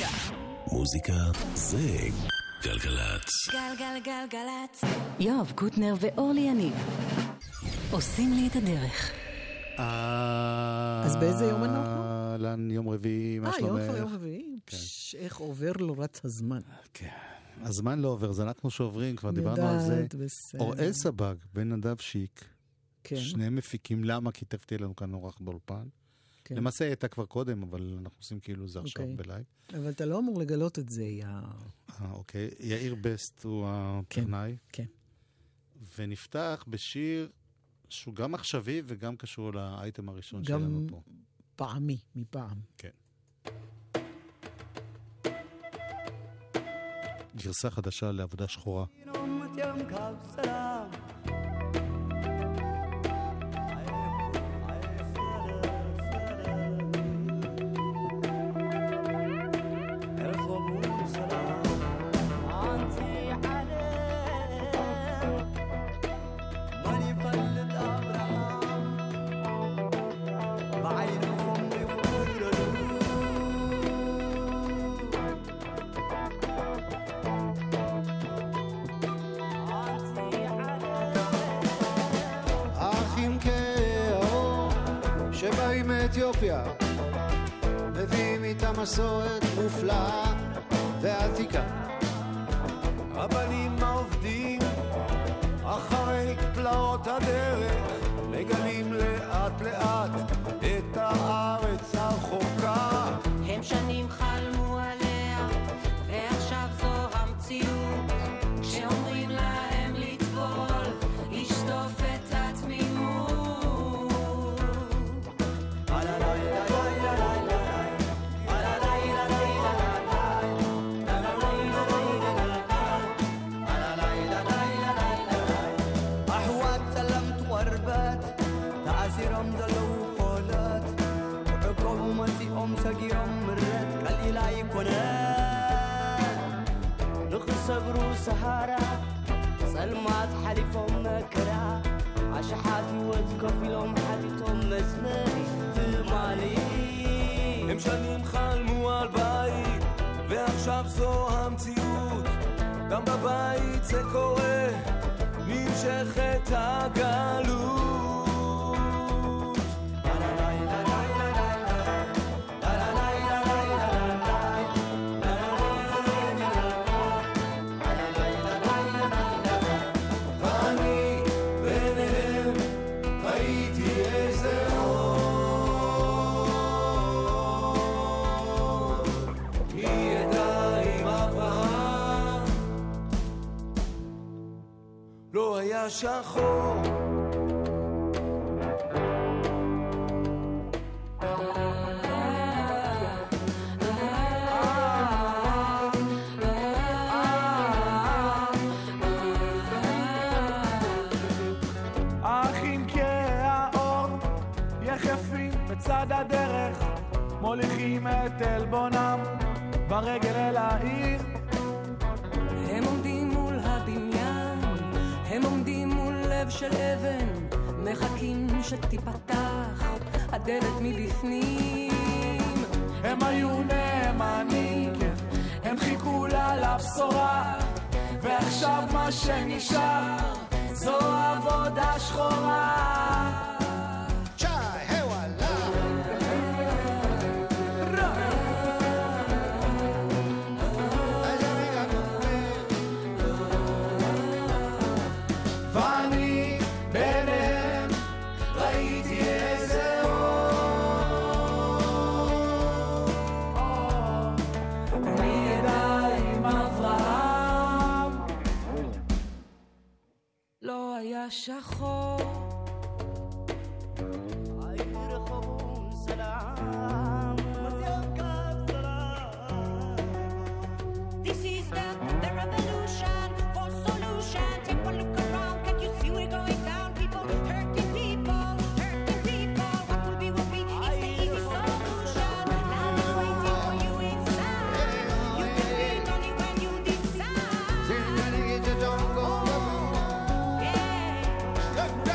מוזיקה זה גלגלצ. גלגלגלגלצ. יואב קוטנר ואורלי יניב עושים לי את הדרך. אז באיזה יום אנחנו? יום רביעי, מה שלומך? יום רביעי? איך עובר לו רץ הזמן. כן. הזמן לא עובר, זה אנחנו שעוברים, כבר דיברנו על זה. אוראל סבג, בן נדב שיק, שני מפיקים. למה? כי תפתי לנו כאן אורח באולפן. למעשה הייתה כבר קודם, אבל אנחנו עושים כאילו זה עכשיו בלייב. אבל אתה לא אמור לגלות את זה, אוקיי. יאיר בסט הוא הטכנאי. כן. ונפתח בשיר שהוא גם עכשווי וגם קשור לאייטם הראשון שלנו פה. גם פעמי, מפעם. כן. גרסה חדשה לעבודה שחורה. אתיופיה מביאים איתה מסורת מופלאה ועתיקה. הבנים העובדים אחרי תלאות הדרך מגלים לאט לאט את הארץ הרחוקה. הם שנים חלמו עליה ועכשיו זו המציאות. כשאומרים להם לטבול לשטוף את התמימות. سجيهم مرت قليلا يكونان نخسبرو سهارة سلمات حليفهم مكرا عشحاتي وتكفيلهم حديثهم مزناني تمالي הם שנים חלמו על בית ועכשיו זו המציאות. גם בבית זה קורה, נמשכת הגלות. שחור האחים כהאור יחפים בצד הדרך מוליכים את אלבונם ברגל אל העיר. הם עומדים מול הבניין, הם עומדים מול לב של אבן, מחכים שתיפתח הדלת מבפנים. הם היו נאמנים, הם חיכו לה לבשורה, ועכשיו מה שנשאר זו עבודה שחורה. שחור רחוב סלام This is the revolution for solution. Take a look around, can't you see we're going down? People hurting people, what will be, it's the easy solution. Now it's waiting for you inside. You can feel it only when you decide.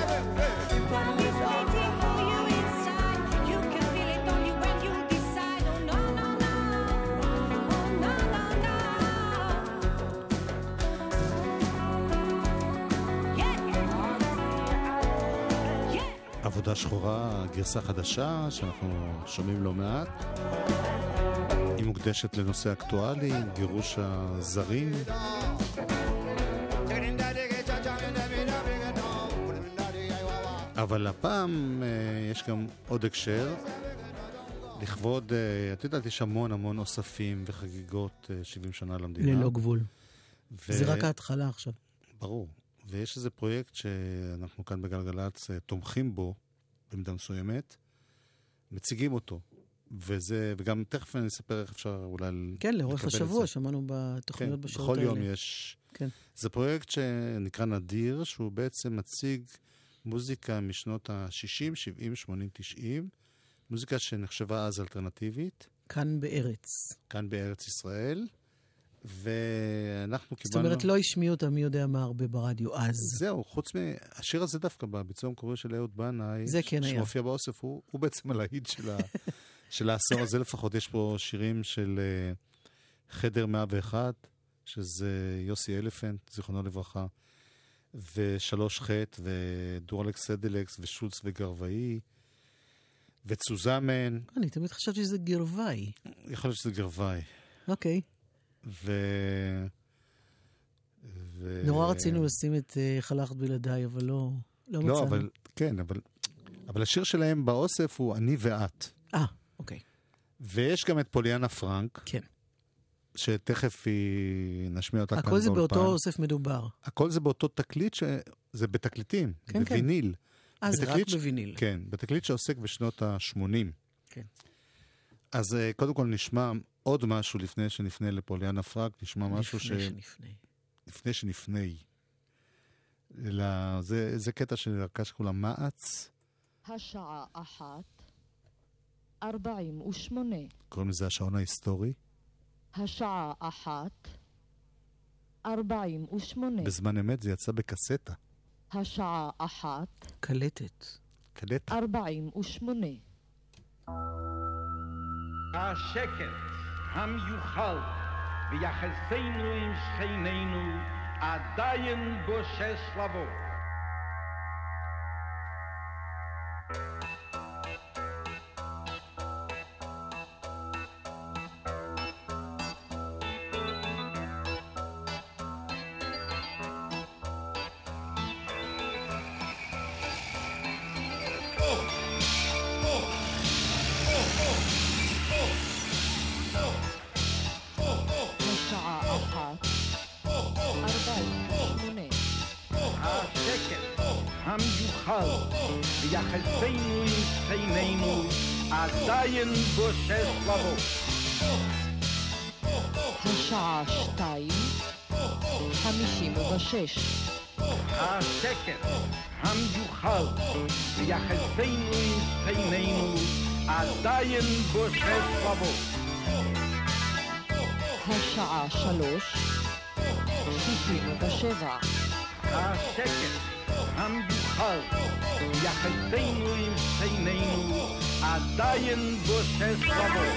עבודה שחורה, גרסה חדשה שאנחנו שומעים לא מעט. היא מוקדשת לנושא אקטואלי, גירוש הזרים. אבל הפעם יש גם עוד הקשר. לכבוד, את יודעת, יש המון אוספים וחגיגות 70 שנה למדינה. ללא גבול. זה רק ההתחלה עכשיו. ברור. ויש איזה פרויקט שאנחנו כאן בגלגלץ תומכים בו, במידה מסוימת, מציגים אותו. וגם תכף אני אספר איך אפשר אולי כן, לאורך השבוע, שמענו בתוכניות כן, בשעות האלה. בכל יום יש. כן. זה פרויקט שנקרא נדיר, שהוא בעצם מציג מוזיקה משנות ה-60, 70, 80, 90, מוזיקה שנחשבה אז אלטרנטיבית. כאן בארץ. כאן בארץ ישראל. ואנחנו קיבלנו... זאת אומרת, לא השמיעו אותה מי יודע מה הרבה ברדיו אז. זהו, חוץ השיר הזה דווקא בביצוע המקורי של אהוד בנאי, זה כן היה. שמופיע באוסף, הוא בעצם הלהיט של העשור הזה לפחות. יש פה שירים של חדר 101, שזה יוסי אלפנט, זיכרונו לברכה, ושלוש חט, ודורלקס סדלקס, ושולץ וגרבאי, וצוזמן. אני תמיד חשבתי שזה גרבאי. יכול להיות שזה גרבאי. אוקיי. נורא רצינו לשים את חלכת בלעדיי, אבל לא מצאנו. לא, אבל השיר שלהם באוסף הוא אני ואת. אוקיי. ויש גם את פוליאנה פרנק. כן. שתכף נשמיע אותה כאן באולפן. הכל זה באותו אוסף מדובר. הכל זה באותו תקליט, זה בתקליטים, כן, בוויניל. זה רק בוויניל. כן, בתקליט שעוסק בשנות ה-80. כן. אז קודם כל נשמע עוד משהו לפני שנפנה לפוליאנה פרנק, נשמע משהו לפני שנפני. זה קטע של ערכה שכולה מעץ. השעה 1:48. קוראים לזה השעון ההיסטורי. השעה 1:48. בזמן אמת זה יצא בקסטה. השעה 1:48. קלטת. 48. השקט המיוחל ביחסינו עם שכנינו עדיין בושש לבוא. ויחסינו עם שכנינו עדיין בושש לבוא. השעה 2:56. השקט המיוחל ויחסינו עם שכנינו עדיין בושש לבוא. השעה 3:67. השקט המיוחל יחסינו עם שכנינו עדיין בושש לבוא.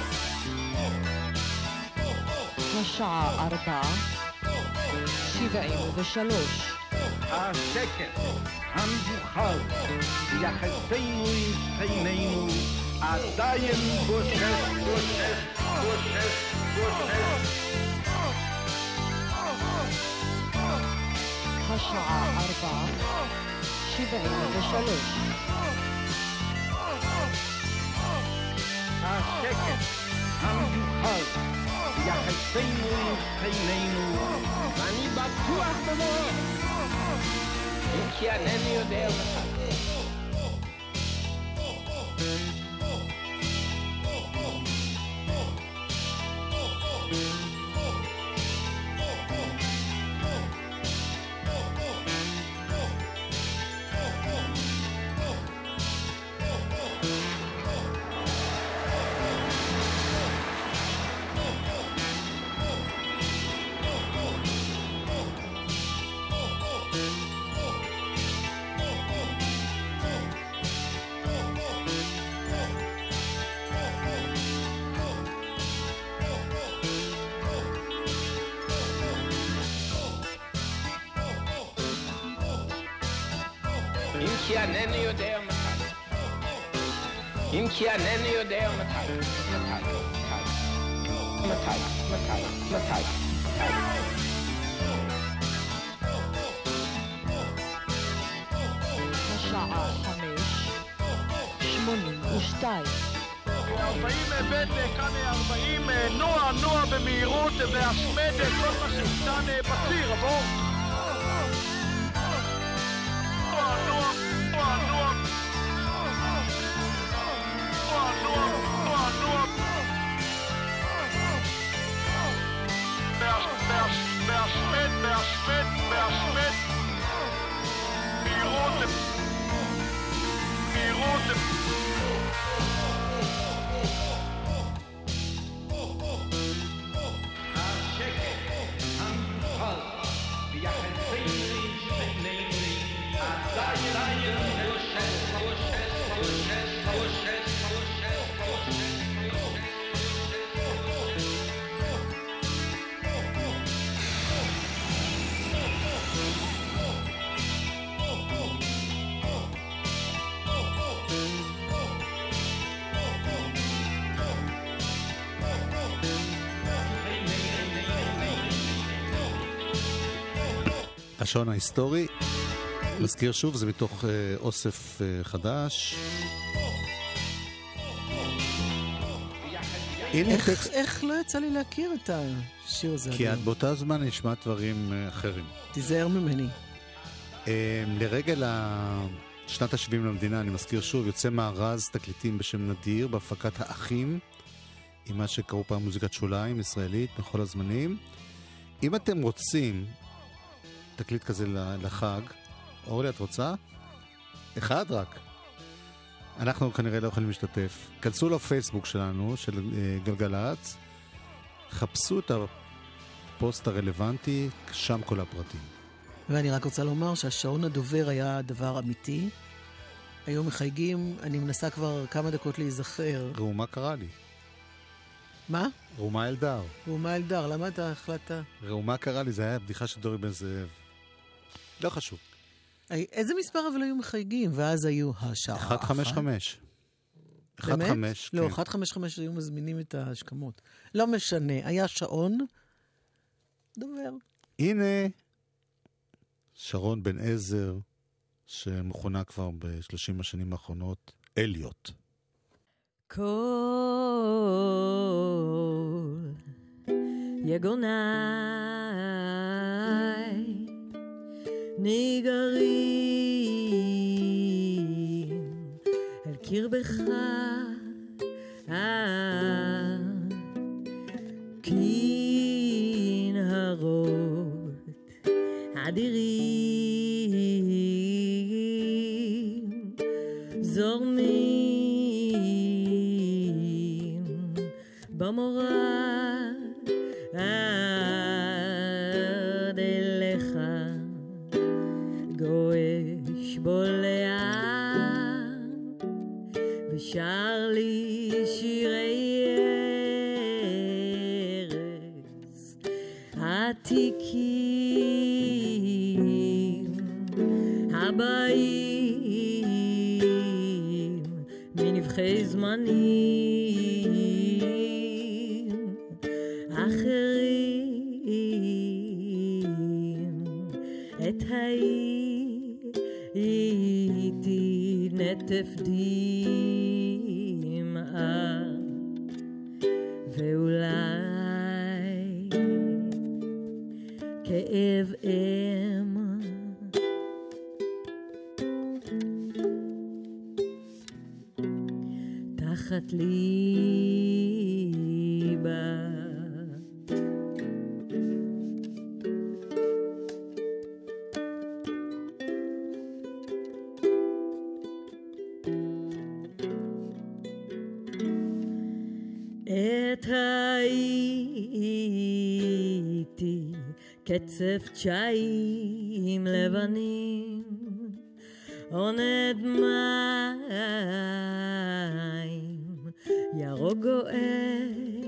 השעה 4:73. השקט המיוחל יחסינו עם שכנינו עדיין בושש. השעה 4:73. השקט המיוחל יחסינו עם שכנינו ואני בטוח בזה אם כי אינני יודע כי אינני יודע מתי אם כי אינני יודע מתי. השעה 5:82. 40 בדק, כאן 40, נוע במהירות והשמד כל מה שניתן בציר, עבור. נוע. בהשמד. מהירות. השעון ההיסטורי, מזכיר שוב, זה מתוך אוסף חדש. איך לא יצא לי להכיר את השיר הזה? כי את באותה זמן נשמע דברים אחרים. תיזהר ממני. לרגל שנת ה-70 למדינה, אני מזכיר שוב, יוצא מארז תקליטים בשם נדיר, בהפקת האחים, עם מה שקראו פעם מוזיקת שוליים ישראלית בכל הזמנים. אם אתם רוצים תקליט כזה לחג, אורלי, את רוצה? אחד רק. אנחנו כנראה לא יכולים להשתתף. כנסו לפייסבוק שלנו, של גלגלץ, חפשו את הפוסט הרלוונטי, שם כל הפרטים. ואני רק רוצה לומר שהשעון הדובר היה דבר אמיתי. היום מחייגים, אני מנסה כבר כמה דקות להיזכר. ראומה קרה לי. מה? ראומה אלדר. ראומה אלדר, למה אתה החלטת? ראומה קרה לי, זה היה בדיחה של דורי בן זאב. לא חשוב. איזה מספר אבל היו מחייגים? ואז היו השעה 155. 155, כן. לא, 155 היו מזמינים את ההשכמות. לא משנה, היה שעון דובר. הנה שרון בן עזר, שמכונה כבר ב-30 השנים האחרונות, אליוט. כל יגוני ניגרים אל קרבך כנהרות אדירים זורמים במורה עד אליך גועש בולע ושר לי שירי ארץ עתיקים הבאים מנבחי זמנים אחרים את הייתי נטף דמעה ואולי כאב אם תחת ליבה את הייתי קצף צ'יים לבנים עונד מים ירוק גואל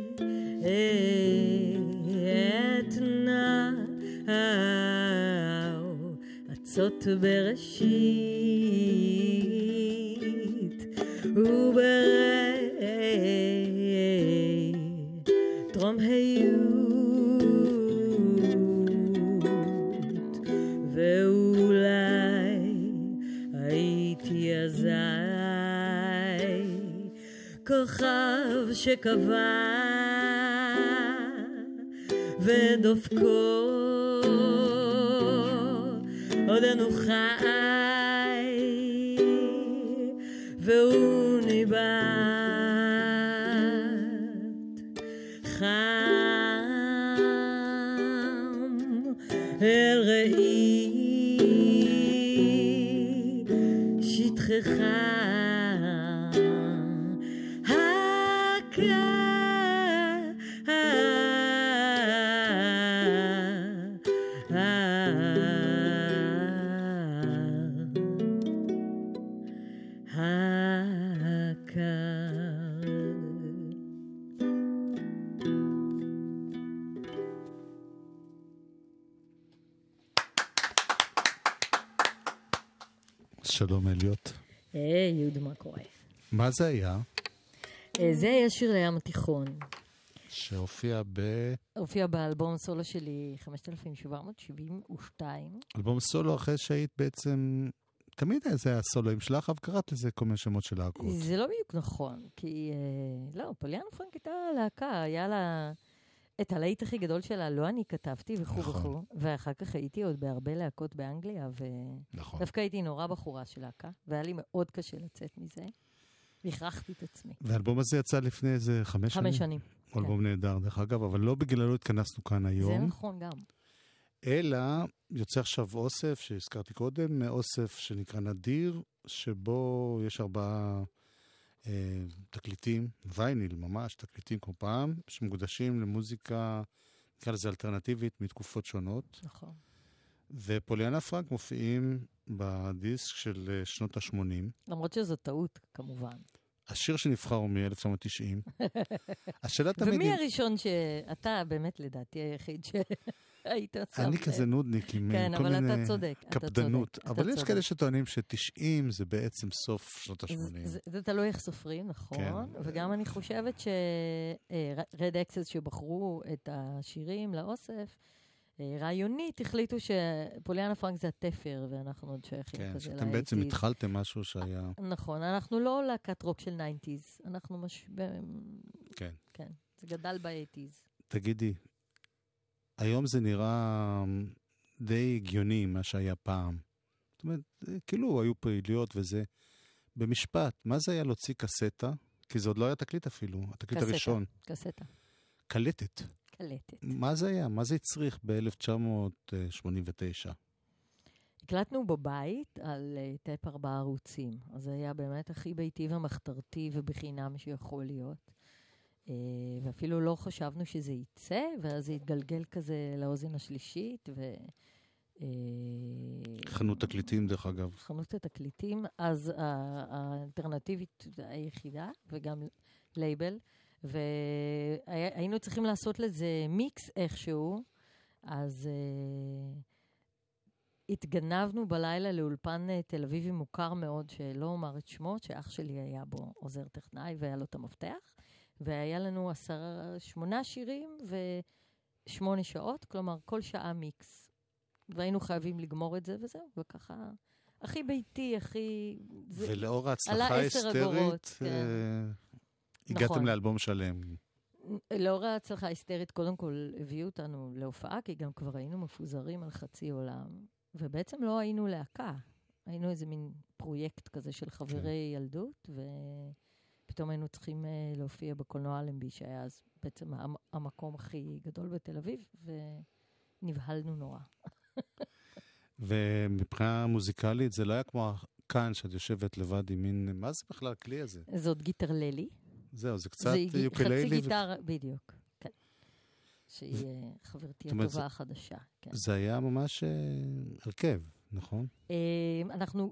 את נאו עצות בראשית ובראי טרום היות ואולי הייתי אזי כוכב שקבע ודופקו עודנו חי והוא ניבט חם אל ראי שטחך שלום אליוט. היי, יהודה, מה קורה? מה זה היה? זה היה שיר לים התיכון. שהופיע הופיע באלבום סולו שלי 5772. אלבום סולו אחרי שהיית בעצם... תמיד זה היה סולוים שלך, אבל קראת לזה כל מיני שמות של להקות. זה לא בדיוק נכון, כי... לא, פוליאנה פרנק הייתה להקה, היה לה... את הלהיט הכי גדול שלה לא אני כתבתי וכו' וכו', ואחר כך הייתי עוד בהרבה להקות באנגליה, ודווקא הייתי נורא בחורה של להקה, והיה לי מאוד קשה לצאת מזה. והכרחתי את עצמי. והאלבום הזה יצא לפני איזה 5 שנים? 5 שנים. אלבום נהדר, דרך אגב, אבל לא בגללו התכנסנו כאן היום. זה נכון גם. אלא יוצא עכשיו אוסף שהזכרתי קודם, אוסף שנקרא נדיר, שבו יש 4 תקליטים, וייניל ממש, תקליטים כמו פעם, שמוקדשים למוזיקה, נקרא לזה אלטרנטיבית, מתקופות שונות. נכון. ופוליאנה פרנק מופיעים בדיסק של שנות ה-80. למרות שזו טעות, כמובן. השיר שנבחר הוא מ-1990. השאלה תמיד... ומי הראשון שאתה באמת לדעתי היחיד שהיית עושה? אני כזה נודניק עם כל מיני קפדנות. אבל יש כאלה שטוענים ש-90 זה בעצם סוף שנות ה-80. זה תלוי איך סופרים, נכון. וגם אני חושבת שרד אקסס שבחרו את השירים לאוסף, רעיונית החליטו שפוליאנה פרנק זה התפר, ואנחנו עוד שייכים כזה לאייטיז. כן, שאתם בעצם התחלתם משהו שהיה... נכון, אנחנו לא להקת רוק של 90s, אנחנו כן. כן, זה גדל באייטיז. תגידי, היום זה נראה די הגיוני מה שהיה פעם. זאת אומרת, כאילו היו פעילויות וזה. במשפט, מה זה היה להוציא קסטה? כי זה עוד לא היה תקליט אפילו, התקליט הראשון. קסטה. קלטת. מה זה היה? מה זה הצריך ב-1989? הקלטנו בבית על טייפ 4 ערוצים. אז זה היה באמת הכי ביתי ומחתרתי ובחינם שיכול להיות. ואפילו לא חשבנו שזה יצא, ואז זה התגלגל כזה לאוזן השלישית. חנות תקליטים דרך אגב. חנות התקליטים, אז האלטרנטיבית היחידה, וגם לייבל. והיינו צריכים לעשות לזה מיקס איכשהו, אז התגנבנו בלילה לאולפן תל אביבי מוכר מאוד, שלא אומר את שמו, שאח שלי היה בו עוזר טכנאי, והיה לו את המפתח, והיה לנו 8 שירים ו8 שעות, כלומר כל שעה מיקס, והיינו חייבים לגמור את זה וזהו, וככה, הכי ביתי, הכי... ולאור ההצלחה ההיסטרית, הגעתם לאלבום שלם. לאור ההצלחה ההיסטרית, קודם כל הביאו אותנו להופעה, כי גם כבר היינו מפוזרים על חצי עולם, ובעצם לא היינו להקה. היינו איזה מין פרויקט כזה של חברי ילדות, ופתאום היינו צריכים להופיע בקולנוע אלנבי, שהיה אז בעצם המקום הכי גדול בתל אביב, ונבהלנו נורא. ומבחינה מוזיקלית, זה לא היה כמו כאן, שאת יושבת לבד עם מין... מה זה בכלל הכלי הזה? זאת גיטרללי. זהו, זה קצת יוקללי. חצי גיטרה, בדיוק, כן. שהיא חברתי הטובה החדשה. זה היה ממש הרכב, נכון? אנחנו...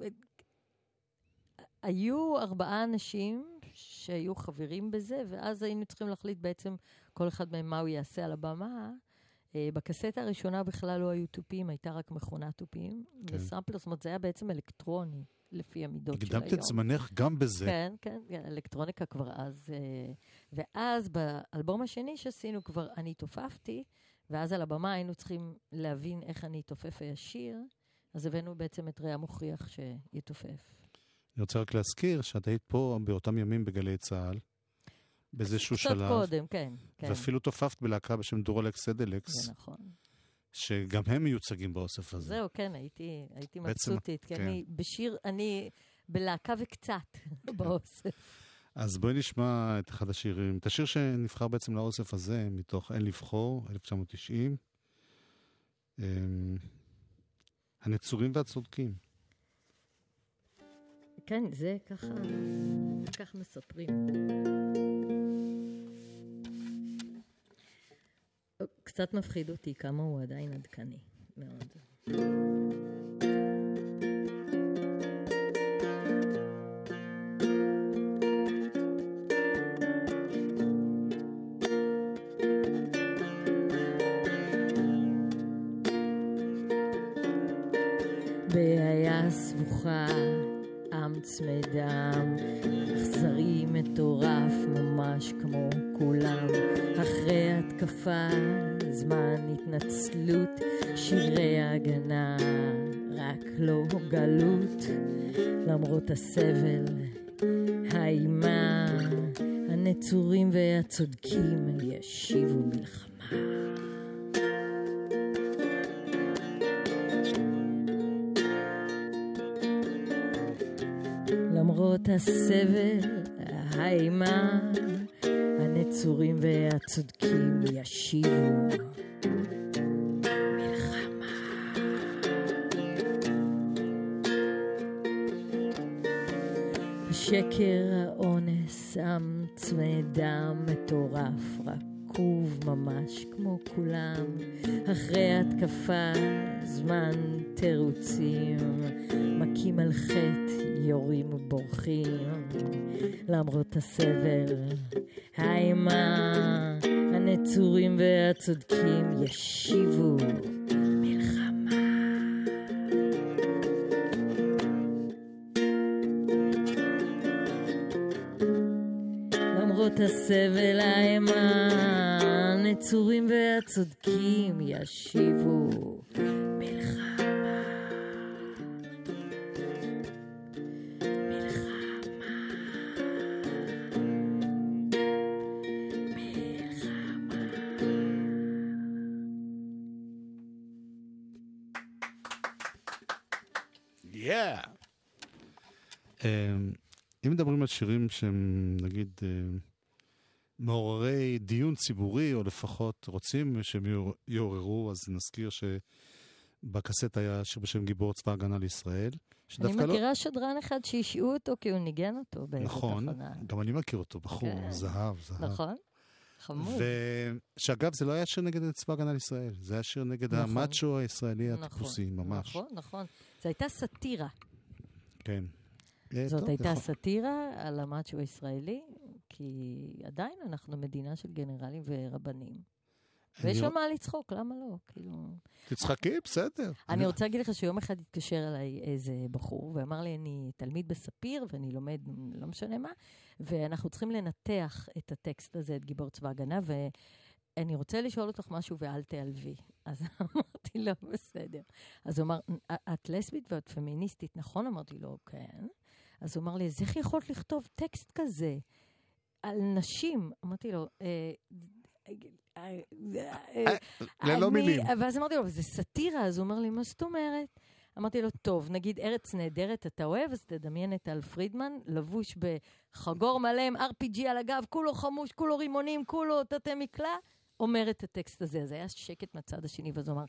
היו 4 אנשים שהיו חברים בזה, ואז היינו צריכים להחליט בעצם כל אחד מהם מה הוא יעשה על הבמה. בקסטה הראשונה בכלל לא היו טופים, הייתה רק מכונה טופים, וסמפלר, זאת אומרת, זה היה בעצם אלקטרוני לפי המידות של היום. הקדמת את זמנך גם בזה. כן, כן, אלקטרוניקה כבר אז. ואז באלבום השני שעשינו כבר אני תופפתי, ואז על הבמה היינו צריכים להבין איך אני תופף הישיר, אז הבאנו בעצם את רע מוכיח שיתופף. אני רוצה רק להזכיר שאת היית פה באותם ימים בגלי צהל, באיזשהו שלב. קצת קודם, כן. ואפילו תופפת בלהקה בשם דורלקס סדלקס. זה נכון. שגם הם מיוצגים באוסף הזה. זהו, כן, הייתי מבסוטית, כי אני בשיר, אני בלהקה וקצת באוסף. אז בואי נשמע את אחד השירים, את השיר שנבחר בעצם לאוסף הזה, מתוך אין לבחור, 1990. הנצורים והצודקים. כן, זה ככה מספרים. קצת מפחיד אותי כמה הוא עדיין עדכני, מאוד. בעיה סבוכה, עם צמדם, אכזרי מטורף ממש כמו כולם, אחרי התקפה, זמן התנצלות, שירי הגנה, רק לא גלות, למרות הסבל, האימה, הנצורים והצודקים ישיבו מלחמה. למרות הסבל, האימה, הנצורים והצודקים ישיבו מלחמה. השקר, האונס, עם צמדם מטורף, רקוב ממש כמו כולם, אחרי התקפה, זמן תירוצים, מכים על חטא, יורים ובורחים, למרות הסבל, האימה, הנצורים והצודקים ישיבו מלחמה. למרות הסבל, האימה, הנצורים והצודקים ישיבו מלחמה. אם מדברים על שירים שהם, נגיד, מעוררי דיון ציבורי, או לפחות רוצים שהם יעוררו, אז נזכיר שבקסט היה שיר בשם גיבור צבא הגנה לישראל. אני מכירה שדרן אחד שהשעו אותו כי הוא ניגן אותו באיזו תחנה. נכון, גם אני מכיר אותו, בחור, זהב. נכון, חמוד. שאגב, זה לא היה שיר נגד צבא הגנה לישראל, זה היה שיר נגד המאצ'ו הישראלי הטיפוסי, ממש. נכון. זה הייתה סאטירה. כן. זאת הייתה סאטירה על המאצ'ו הישראלי, כי עדיין אנחנו מדינה של גנרלים ורבנים. ויש שם מה לצחוק, למה לא? תצחקי, בסדר. אני רוצה להגיד לך שיום אחד התקשר אליי איזה בחור, ואמר לי, אני תלמיד בספיר, ואני לומד לא משנה מה, ואנחנו צריכים לנתח את הטקסט הזה, את גיבור צבא הגנה, ואני רוצה לשאול אותך משהו ואל תעלבי. אז אמרתי לו, בסדר. אז הוא אמר, את לסבית ואת פמיניסטית, נכון? אמרתי לו, כן. אז הוא אמר לי, אז איך יכולת לכתוב טקסט כזה על נשים? אמרתי לו, ללא מילים. ואז אמרתי לו, זה סאטירה, אז הוא אומר לי, מה זאת אומרת? אמרתי לו, טוב, נגיד ארץ נהדרת אתה אוהב, אז תדמיין את טל פרידמן, לבוש בחגור מלא עם RPG על הגב, כולו חמוש, כולו רימונים, כולו תתי מקלע, אומר את הטקסט הזה. אז היה שקט מהצד השני, ואז הוא אמר,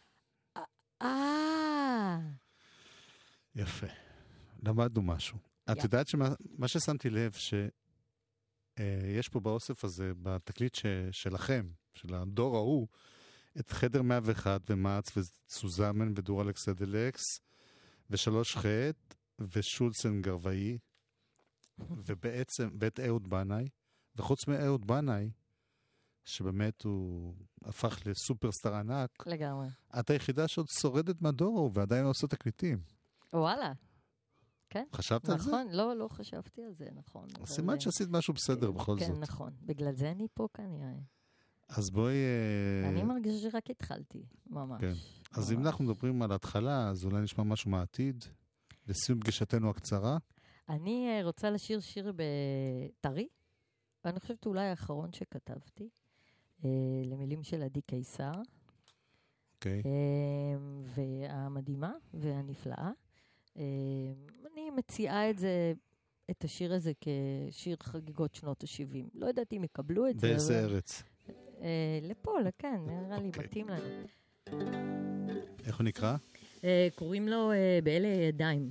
יפה. למדנו משהו. את יודעת שמה ששמתי לב, שיש פה באוסף הזה, בתקליט שלכם, של הדור ההוא, את חדר 101 ומאץ וסוזמן ודורלקס סדלקס ושלוש חטא ושולצן גרבאי ובעצם ואת אהוד בנאי, וחוץ מאהוד בנאי שבאמת הוא הפך לסופרסטאר ענק, לגמרי. את היחידה שעוד שורדת מהדור ועדיין עושה תקליטים. וואלה. כן. חשבת על זה? נכון, לא חשבתי על זה, נכון. סימן שעשית משהו בסדר בכל זאת. כן, נכון. בגלל זה אני פה כנראה. אז בואי... אני מרגישה שרק התחלתי, ממש. כן. אז אם אנחנו מדברים על התחלה, אז אולי נשמע משהו מהעתיד, לסיום פגישתנו הקצרה. אני רוצה לשיר שיר בטרי, ואני חושבת אולי האחרון שכתבתי, למילים של עדי קיסר. אוקיי. והמדהימה והנפלאה. אני מציעה את השיר הזה כשיר חגיגות שנות ה-70. לא יודעת אם יקבלו את זה. באיזה ארץ? לפה, כן, נראה לי מתאים לנו. איך הוא נקרא? קוראים לו באלה ידיים.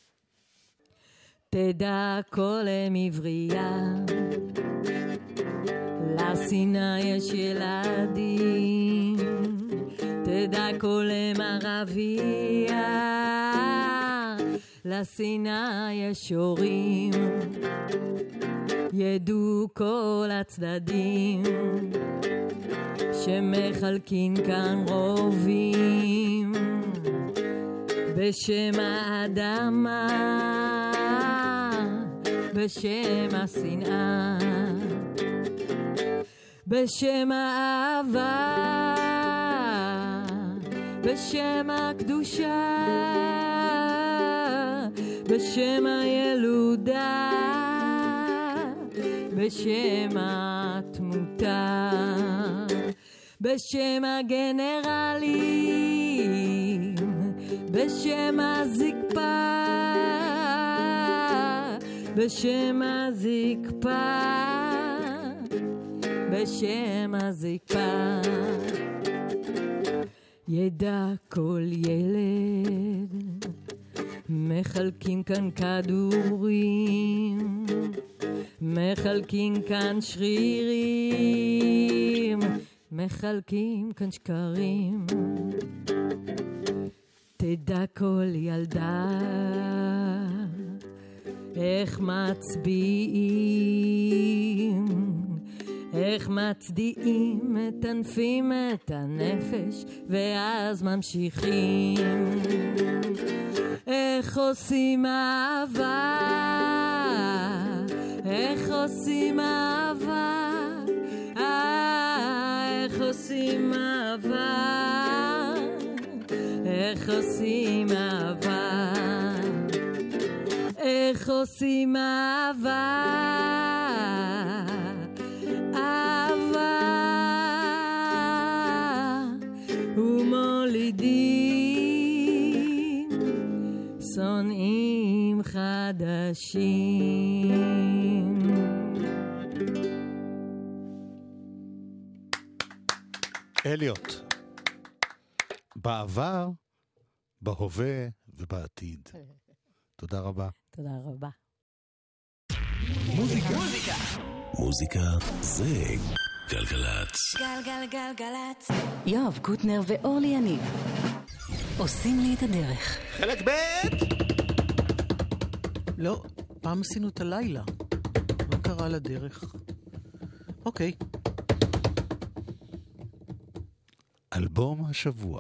תדע כל עברייה, לסינה יש ילדים, תדע כל ערבייה, לסינה יש הורים, ידעו כל הצדדים, שמחלקים כאן רובים, בשם האדמה, בשם השנאה, בשם האהבה, בשם הקדושה, בשם הילודה, בשם התמותה, בשם הגנרלים, בשם הזקפה, בשם הזקפה, בשם הזקפה. ידע כל ילד, מחלקים כאן כדורים, מחלקים כאן שרירים, מחלקים כאן שקרים. תדע כל ילדה, איך מצביעים, איך מצדיעים, מטנפים את הנפש ואז ממשיכים. איך עושים אהבה, איך עושים אהבה, איך עושים אהבה, איך עושים אהבה, איך עושים אהבה, אהבה ומולידים שונאים חדשים. אליוט, בעבר, בהווה ובעתיד. תודה רבה. תודה רבה. מוזיקה זה גלגלצ. גלגלגלגלצ. יואב קוטנר ואורלי יניב עושים לי את הדרך. חלק ב'. לא, פעם עשינו את הלילה. מה קרה לדרך? אוקיי. אלבום השבוע.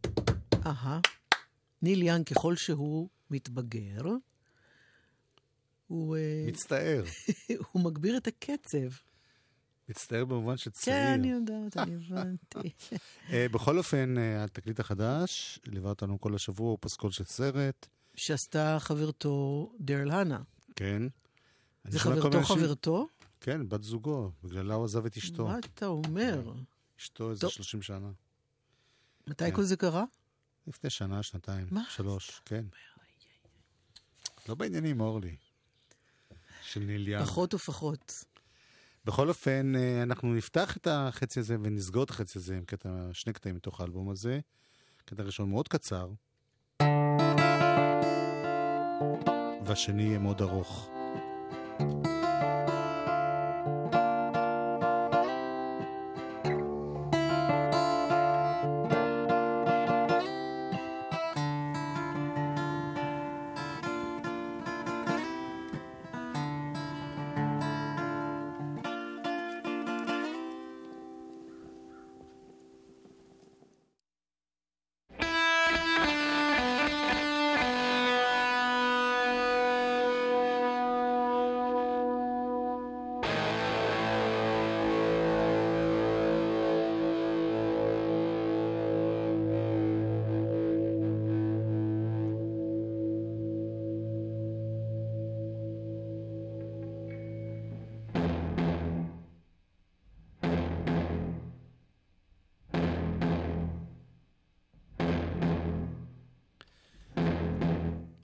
ניל יאנג ככל שהוא מתבגר, הוא... מצטער. הוא מגביר את הקצב. מצטער במובן שצעיר. כן, אני יודעת, אני הבנתי. בכל אופן, התקליט החדש, ליווה אותנו כל השבוע, הוא פסקול של סרט. שעשתה חברתו דרל הנה. כן. זה חברתו חברתו? כן, בת זוגו. בגללה הוא עזב את אשתו. מה אתה אומר? אשתו איזה 30 שנה. מתי כל זה קרה? לפני שנה, שנתיים, 3, כן. לא בעניינים, אורלי. של ניל יאנג. פחות ופחות. בכל אופן, אנחנו נפתח את החצי הזה ונסגור את החצי הזה עם שני קטעים מתוך האלבום הזה. קטע ראשון מאוד קצר, והשני יהיה מאוד ארוך.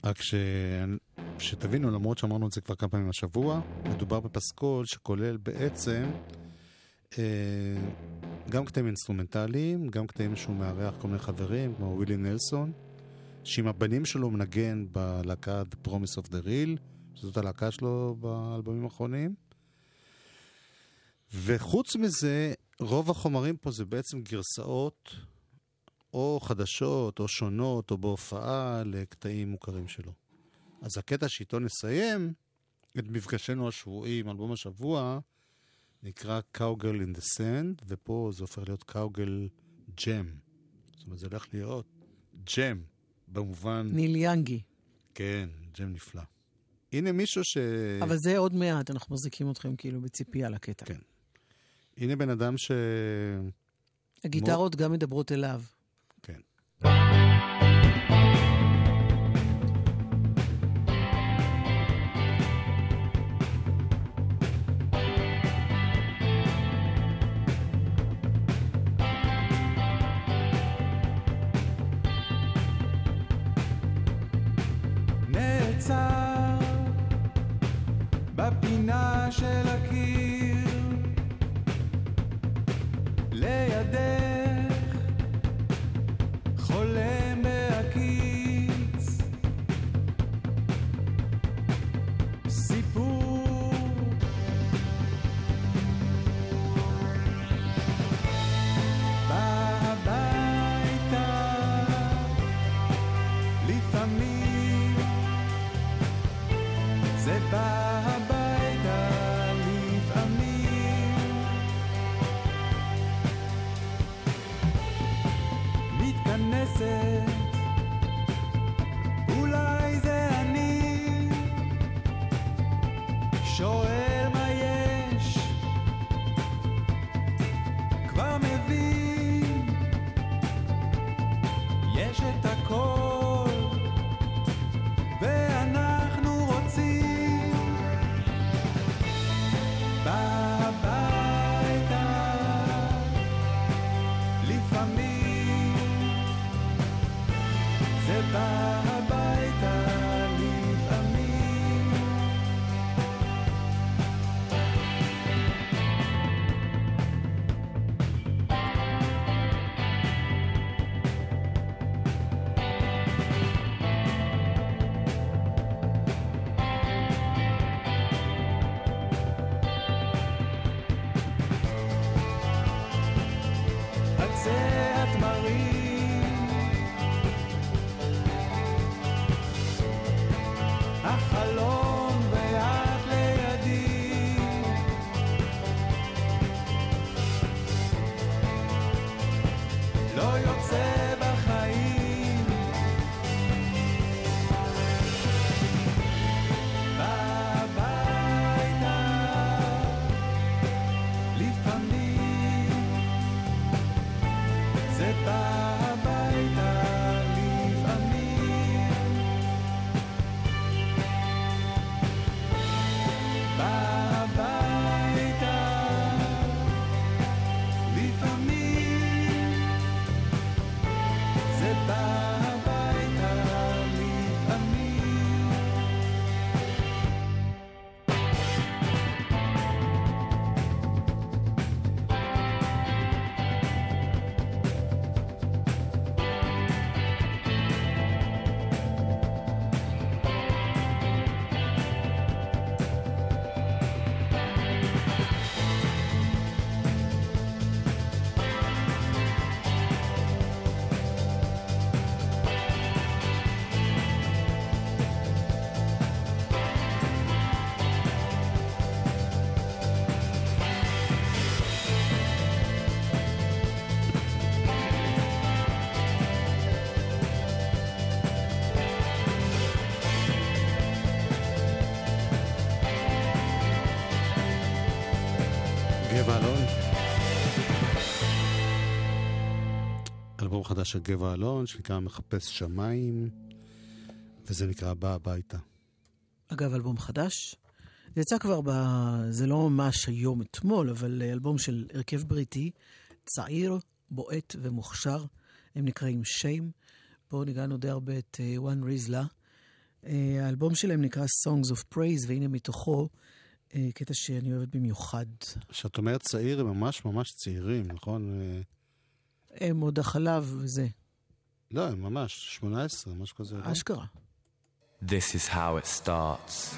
רק שתבינו, למרות שאמרנו את זה כבר כמה פעמים השבוע, מדובר בפסקול שכולל בעצם גם קטעים אינסטרומנטליים, גם קטעים שהוא מארח כל מיני חברים, כמו ווילי נלסון, שעם הבנים שלו מנגן בלהקה The Promise of the Real, שזאת הלהקה שלו באלבומים האחרונים. וחוץ מזה, רוב החומרים פה זה בעצם גרסאות או חדשות, או שונות, או בהופעה לקטעים מוכרים שלו. אז הקטע שאיתו נסיים את מפגשנו השבועי עם אלבום השבוע, נקרא Cowgirl in the Sand, ופה זה הופך להיות Cowgirl Jam. זאת אומרת, זה הולך להיות ג'ם, במובן... ניל יאנגי. כן, ג'ם נפלא. הנה מישהו אבל זה עוד מעט, אנחנו מחזיקים אתכם כאילו בציפייה לקטע. כן. הנה בן אדם הגיטרות גם מדברות אליו. כן. נעצר בפינה של הקיר לידך חולם בהקיץ סיפור בא הביתה לפעמים זה בא הביתה לפעמים מתכנסת אולי זה אני שואל מה יש כבר מבין יש את הכל ואנחנו רוצים בביתה לפעמים זה בא הביתה לפעמים עצי התמרים החלום ואת לידי לא יוצא בחיים בביתה לפעמים זה בא הביתה לפעמים בא הביתה לפעמים זה בא הביתה לפעמים גבע אלון. אלבום חדש של גבע אלון, שנקרא מחפש שמיים, וזה נקרא בא הביתה. אגב, אלבום חדש. זה יצא כבר זה לא ממש היום אתמול, אבל אלבום של הרכב בריטי, צעיר, בועט ומוכשר. הם נקראים שיים. פה ניגענו די הרבה את וואן ריזלה. האלבום שלהם נקרא Songs of Praise, והנה מתוכו קטע שאני אוהבת במיוחד. שאת אומרת צעיר, הם ממש ממש צעירים, נכון? הם עוד החלב וזה. לא, הם ממש 18, משהו כזה. אשכרה. This is how it starts.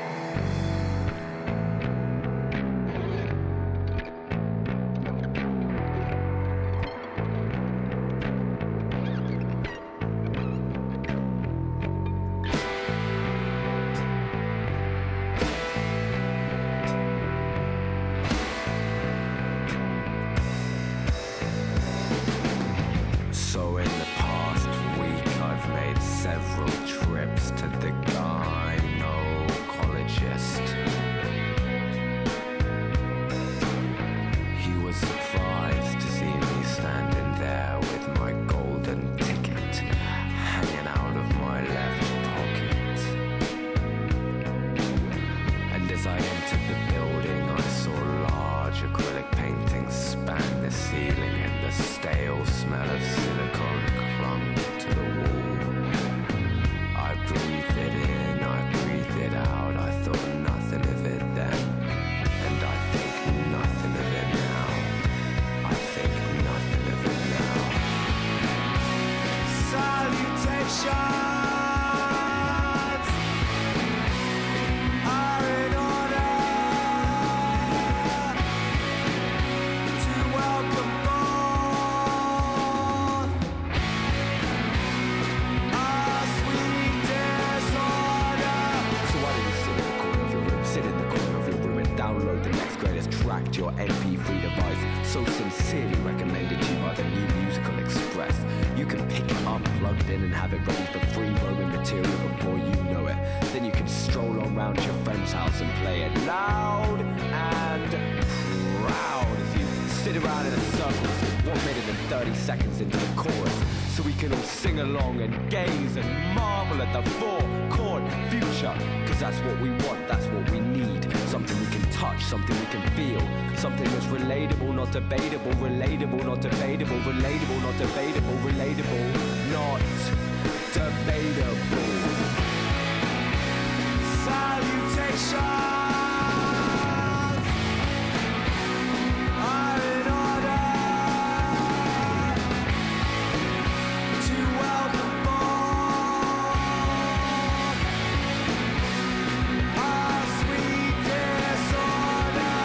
Debatable, relatable, not debatable, relatable, not debatable, relatable, not debatable. Salutations are in order to welcome aboard our sweet disorder.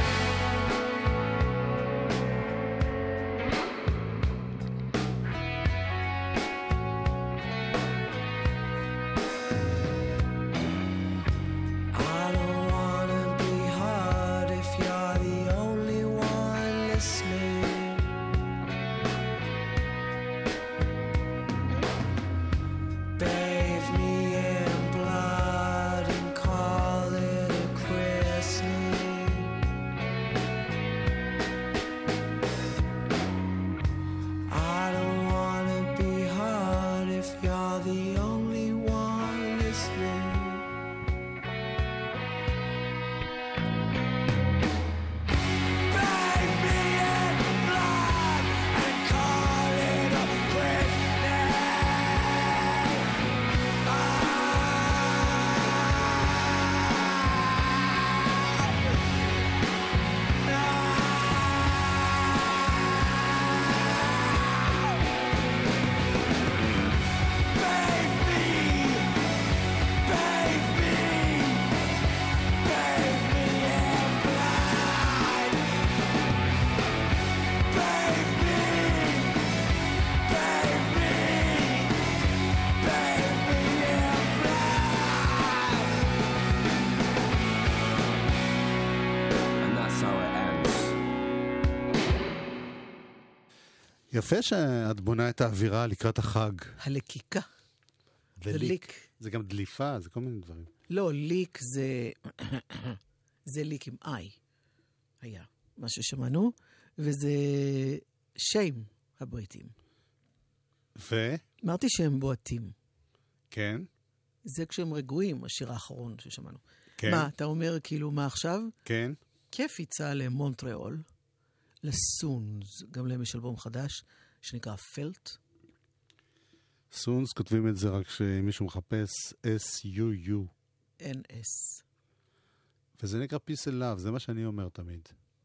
יפה שאת בונה את האווירה לקראת החג. הלקיקה. וליק. זה גם דליפה, זה כל מיני דברים. לא, ליק זה... זה ליק עם איי. היה מה ששמענו, וזה שיים הבריטים. אמרתי שהם בועטים. כן. זה כשהם רגועים, השיר האחרון ששמענו. כן. מה, אתה אומר כאילו מה עכשיו? כן. כיף יצא למונטריאול, לסונס, גם להם יש אלבום חדש, שנקרא פלט. סונס, כותבים את זה רק שמישהו מחפש S-U-U. N-S. וזה נקרא Peace and Love, זה מה שאני אומר תמיד.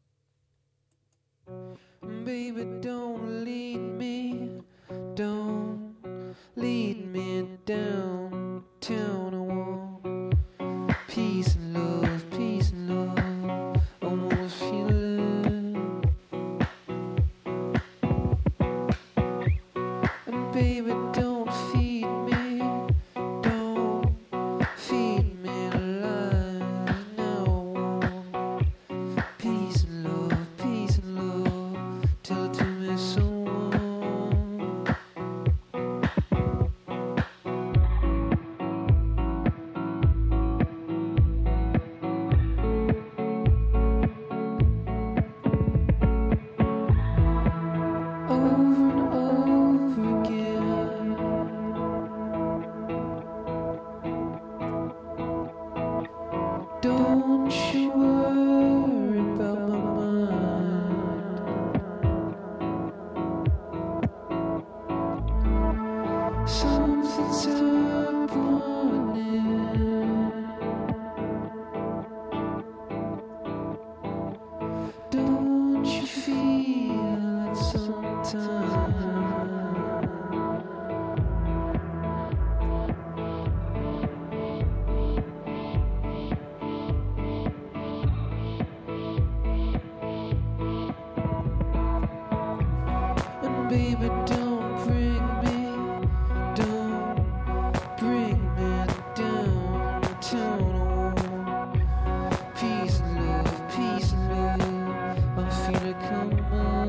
Baby, don't lead me downtown. I want peace and love, peace and love. I wanna feel love. And baby, don't feed me lies. Now I want peace and love, peace and love. Tell it to me someone. Over and over again. Don't you worry about my mind. Something's happening. Don't you feel it sometimes? And baby, don't bring me downtown. I want peace and love, peace and love. I feel it coming.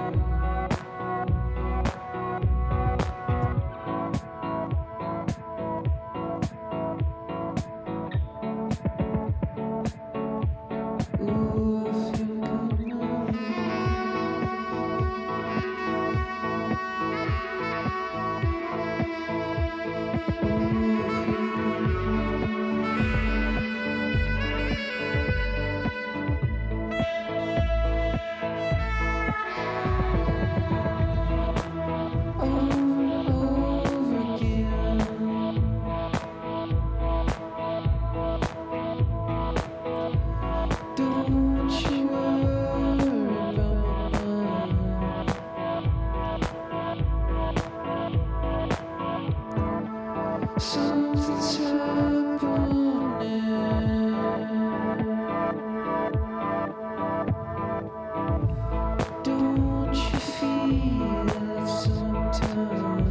Ooh, I feel it coming. Over and over again. Don't you worry about my mind. Something's happening. Don't you feel it sometimes?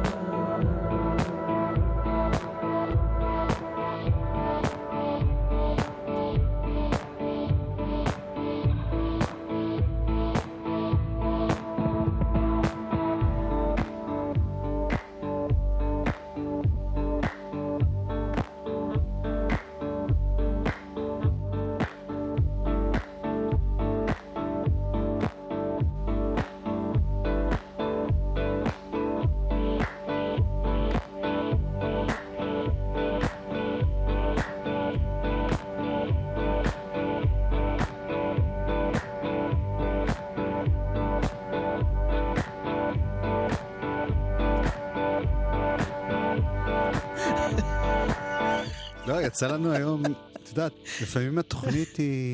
לא, יצא לנו היום, את יודעת, לפעמים התוכנית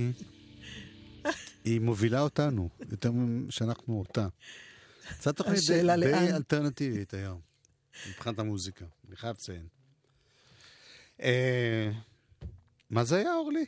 היא מובילה אותנו, יותר שאנחנו אותה. יצאה תוכנית די אלטרנטיבית היום, מבחינת המוזיקה, אני חייב לציין. מה זה היה, אורלי?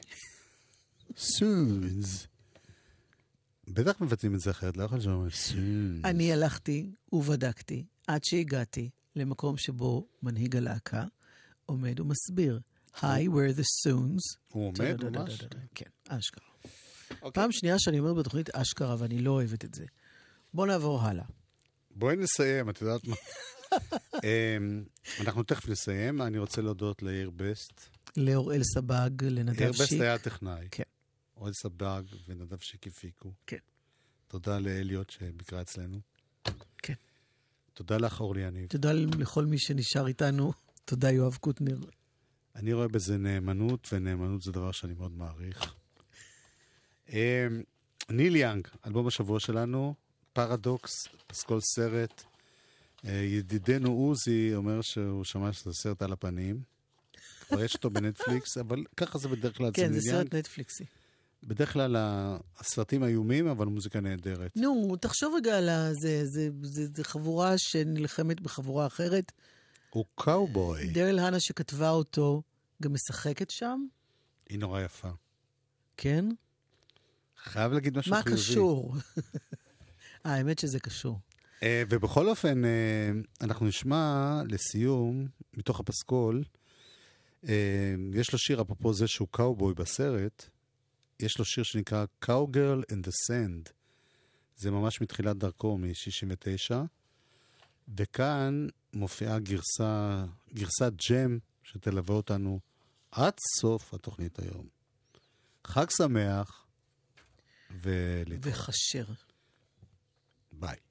סונס. בטח מבטאים את זה אחרת, לא יכול שאומר סונס. אני הלכתי ובדקתי עד שהגעתי למקום שבו מנהיג הלהקה עומד ומסביר. Hi, we're the Soons. הוא עומד ממש? כן, אשכרה. פעם שנייה שאני אומר בתוכנית אשכרה, ואני לא אוהבת את זה. בוא נעבור הלאה. בואי נסיים, את יודעת מה? אנחנו תכף נסיים. אני רוצה להודות לאיר בסט. לאוראל סבג, לנדב שיק. איר בסט היה טכנאי. כן. אוראל סבג ונדב שיק הפיקו. כן. תודה לאליות שביקרה אצלנו. כן. תודה לך, אורלי יניב. תודה לכל מי שנשאר איתנו. תודה, יואב קוטנר. אני רואה בזה נאמנות, ונאמנות זה דבר שאני מאוד מעריך. ניל יאנג, אלבום השבוע שלנו, פרדוקס, פסקול סרט, ידידנו עוזי אומר שהוא שמע שזה סרט על הפנים. כבר יש אותו בנטפליקס, אבל ככה זה בדרך כלל. כן, זה סרט נטפליקסי. בדרך כלל הסרטים איומים, אבל מוזיקה נהדרת. נו, תחשוב רגע על זה חבורה שנלחמת בחבורה אחרת. הוא קאובוי. דרל הנה שכתבה אותו גם משחקת שם. היא נורא יפה. כן? חייב להגיד משהו חיובי. מה קשור? האמת שזה קשור. ובכל אופן, אנחנו נשמע לסיום, מתוך הפסקול, יש לו שיר, אפרופו זה שהוא קאובוי בסרט, יש לו שיר שנקרא Cowgirl in the Sand. זה ממש מתחילת דרכו, מ-69. וכאן מופיעה גרסת ג'ם, שתלווה אותנו עד סוף התוכנית היום. חג שמח, ולהתראות. וחשר. ביי.